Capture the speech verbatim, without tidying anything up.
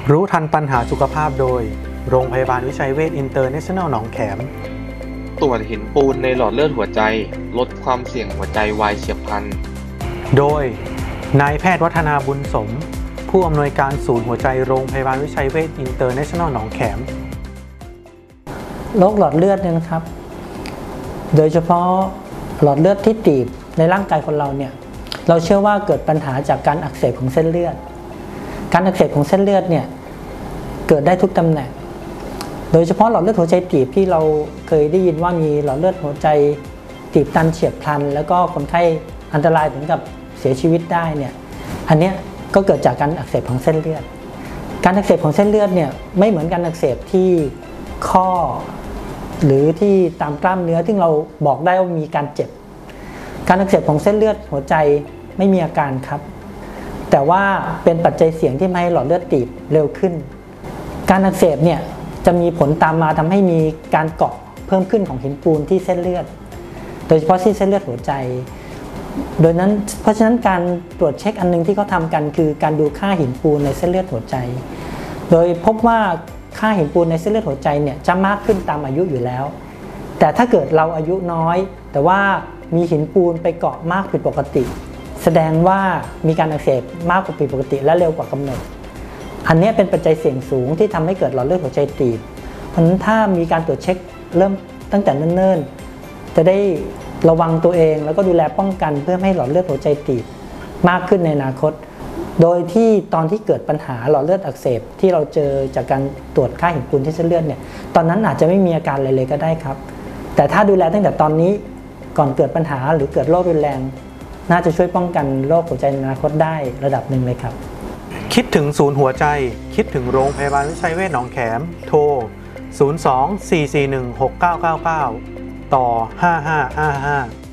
รู้ทันปัญหาสุขภาพโดยโรงพยาบาลวิชัยเวชอินเตอร์เนชั่นแนลหนองแขมตรวจหินปูนในหลอดเลือดหัวใจลดความเสี่ยงหัวใจวายเฉียบพลันโดยนายแพทย์วัฒนาบุญสมผู้อำนวยการศูนย์หัวใจโรงพยาบาลวิชัยเวชอินเตอร์เนชั่นแนลหนองแขมโรคหลอดเลือดเนี่ยนะครับโดยเฉพาะหลอดเลือดที่ตีบในร่างกายคนเราเนี่ยเราเชื่อว่าเกิดปัญหาจากการอักเสบของเส้นเลือดการอักเสบของเส้นเลือดเนี่ยเกิดได้ทุกตำแหน่งโดยเฉพาะหลอดเลือดหัวใจตีบที่เราเคยได้ยินว่ามีหลอดเลือดหัวใจตีบตันเฉียบพลันแล้วก็คนไข้อันตรายถึงกับเสียชีวิตได้เนี่ยอันเนี้ยก็เกิดจากการอักเสบของเส้นเลือดการอักเสบของเส้นเลือดเนี่ยไม่เหมือนการอักเสบที่ข้อหรือที่ตามกล้ามเนื้อที่เราบอกได้ว่ามีการเจ็บการอักเสบของเส้นเลือดหัวใจไม่มีอาการครับแต่ว่าเป็นปัจจัยเสี่ยงที่ทำให้หลอดเลือดตีบเร็วขึ้นการอักเสบเนี่ยจะมีผลตามมาทำให้มีการเกาะเพิ่มขึ้นของหินปูนที่เส้นเลือดโดยเฉพาะที่เส้นเลือดหัวใจโดยนั้นเพราะฉะนั้นการตรวจเช็คอันนึงที่เขาทำกันคือการดูค่าหินปูนในเส้นเลือดหัวใจโดยพบว่าค่าหินปูนในเส้นเลือดหัวใจเนี่ยจะมากขึ้นตามอายุอยู่แล้วแต่ถ้าเกิดเราอายุน้อยแต่ว่ามีหินปูนไปเกาะมากผิดปกติแสดงว่ามีการอักเสบมากกว่าผิดปกติและเร็วกว่ากำหนดอันนี้เป็นปัจจัยเสี่ยงสูงที่ทำให้เกิดหลอดเลือดหัวใจตีบเพราะฉะนั้นถ้ามีการตรวจเช็คเริ่มตั้งแต่เนิ่นๆจะได้ระวังตัวเองแล้วก็ดูแลป้องกันเพื่อให้หลอดเลือดหัวใจตีบมากขึ้นในอนาคตโดยที่ตอนที่เกิดปัญหาหลอดเลือดอักเสบที่เราเจอจากการตรวจค่าหินปูนที่เส้นเลือดเนี่ยตอนนั้นอาจจะไม่มีอาการอะไรเลยก็ได้ครับแต่ถ้าดูแลตั้งแต่ตอนนี้ก่อนเกิดปัญหาหรือเกิดโรครุนแรงน่าจะช่วยป้องกันโรคหัวใจในอนาคตได้ระดับหนึ่งเลยครับคิดถึงศูนย์หัวใจคิดถึงโรงพยาบาลวิชัยเวชหนองแขมโทรศูนย์ สอง สี่ สี่ หนึ่ง หก เก้า เก้า เก้าต่อห้าห้าห้าห้า